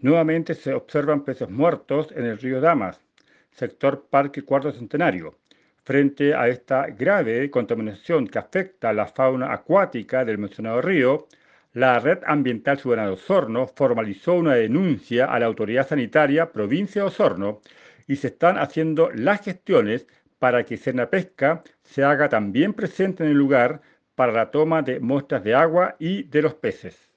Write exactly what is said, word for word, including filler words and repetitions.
Nuevamente se observan peces muertos en el río Damas, sector Parque Cuarto Centenario. Frente a esta grave contaminación que afecta a la fauna acuática del mencionado río, la Red Ambiental Ciudadana de Osorno formalizó una denuncia a la Autoridad Sanitaria Provincia de Osorno y se están haciendo las gestiones para que Pesca se haga también presente en el lugar para la toma de muestras de agua y de los peces.